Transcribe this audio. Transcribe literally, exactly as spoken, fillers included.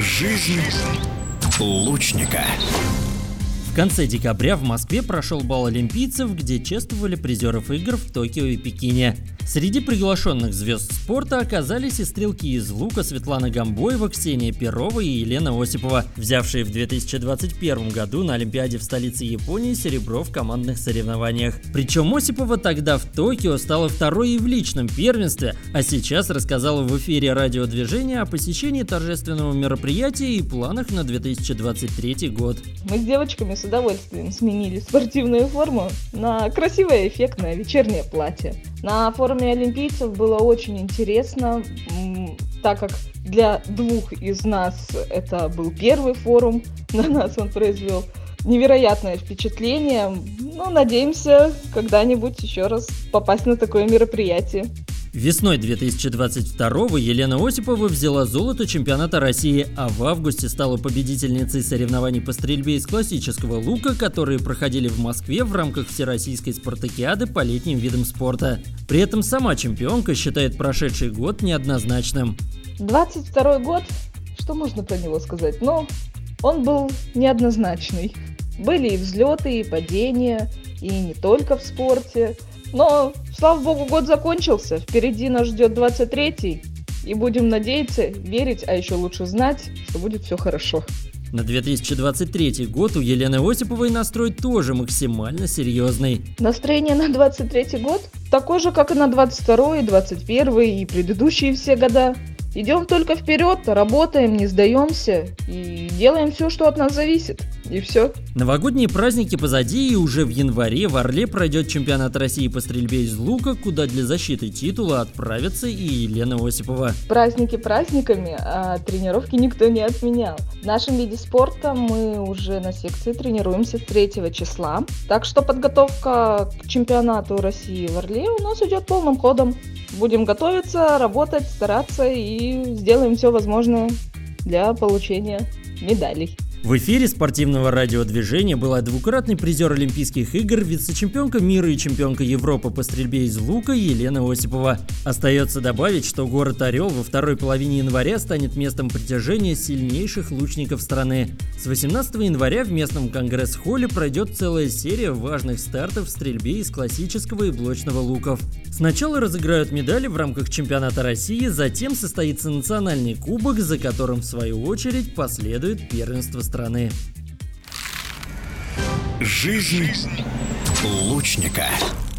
Жизнь лучника. В конце декабря в Москве прошел бал олимпийцев, где чествовали призеров игр в Токио и Пекине. Среди приглашенных звезд спорта оказались и стрелки из лука Светлана Гамбоева, Ксения Перова и Елена Осипова, взявшие в две тысячи двадцать первом году на Олимпиаде в столице Японии серебро в командных соревнованиях. Причем Осипова тогда в Токио стала второй и в личном первенстве, а сейчас рассказала в эфире радиодвижения о посещении торжественного мероприятия и планах на две тысячи двадцать третий год. Мы с девочками с удовольствием сменили спортивную форму на красивое эффектное вечернее платье. На форуме олимпийцев было очень интересно, так как для двух из нас это был первый форум, на нас он произвел невероятное впечатление. Ну, надеемся когда-нибудь еще раз попасть на такое мероприятие. Весной две тысячи двадцать второго Елена Осипова взяла золото чемпионата России, а в августе стала победительницей соревнований по стрельбе из классического лука, которые проходили в Москве в рамках Всероссийской спартакиады по летним видам спорта. При этом сама чемпионка считает прошедший год неоднозначным. двадцать второй год, что можно про него сказать? Но он был неоднозначный. Были и взлеты, и падения, и не только в спорте. Но, слава богу, год закончился, впереди нас ждет двадцать третий, и будем надеяться, верить, а еще лучше знать, что будет все хорошо. На две тысячи двадцать третий год у Елены Осиповой настрой тоже максимально серьезный. Настроение на двадцать третий год такое же, как и на двадцать второй, двадцать первый и предыдущие все года. Идем только вперед, работаем, не сдаемся и делаем все, что от нас зависит. И все. Новогодние праздники позади, и уже в январе в Орле пройдет чемпионат России по стрельбе из лука, куда для защиты титула отправится и Елена Осипова. Праздники праздниками, а тренировки никто не отменял. В нашем виде спорта мы уже на секции тренируемся с третьего числа, так что подготовка к чемпионату России в Орле у нас идет полным ходом. Будем готовиться, работать, стараться и сделаем все возможное для получения медалей. В эфире спортивного радиодвижения была двукратный призер Олимпийских игр, вице-чемпионка мира и чемпионка Европы по стрельбе из лука Елена Осипова. Остается добавить, что город Орел во второй половине января станет местом притяжения сильнейших лучников страны. С восемнадцатого января в местном конгресс-холле пройдет целая серия важных стартов в стрельбе из классического и блочного луков. Сначала разыграют медали в рамках чемпионата России, затем состоится национальный кубок, за которым в свою очередь последует первенство страны. Жизнь лучника.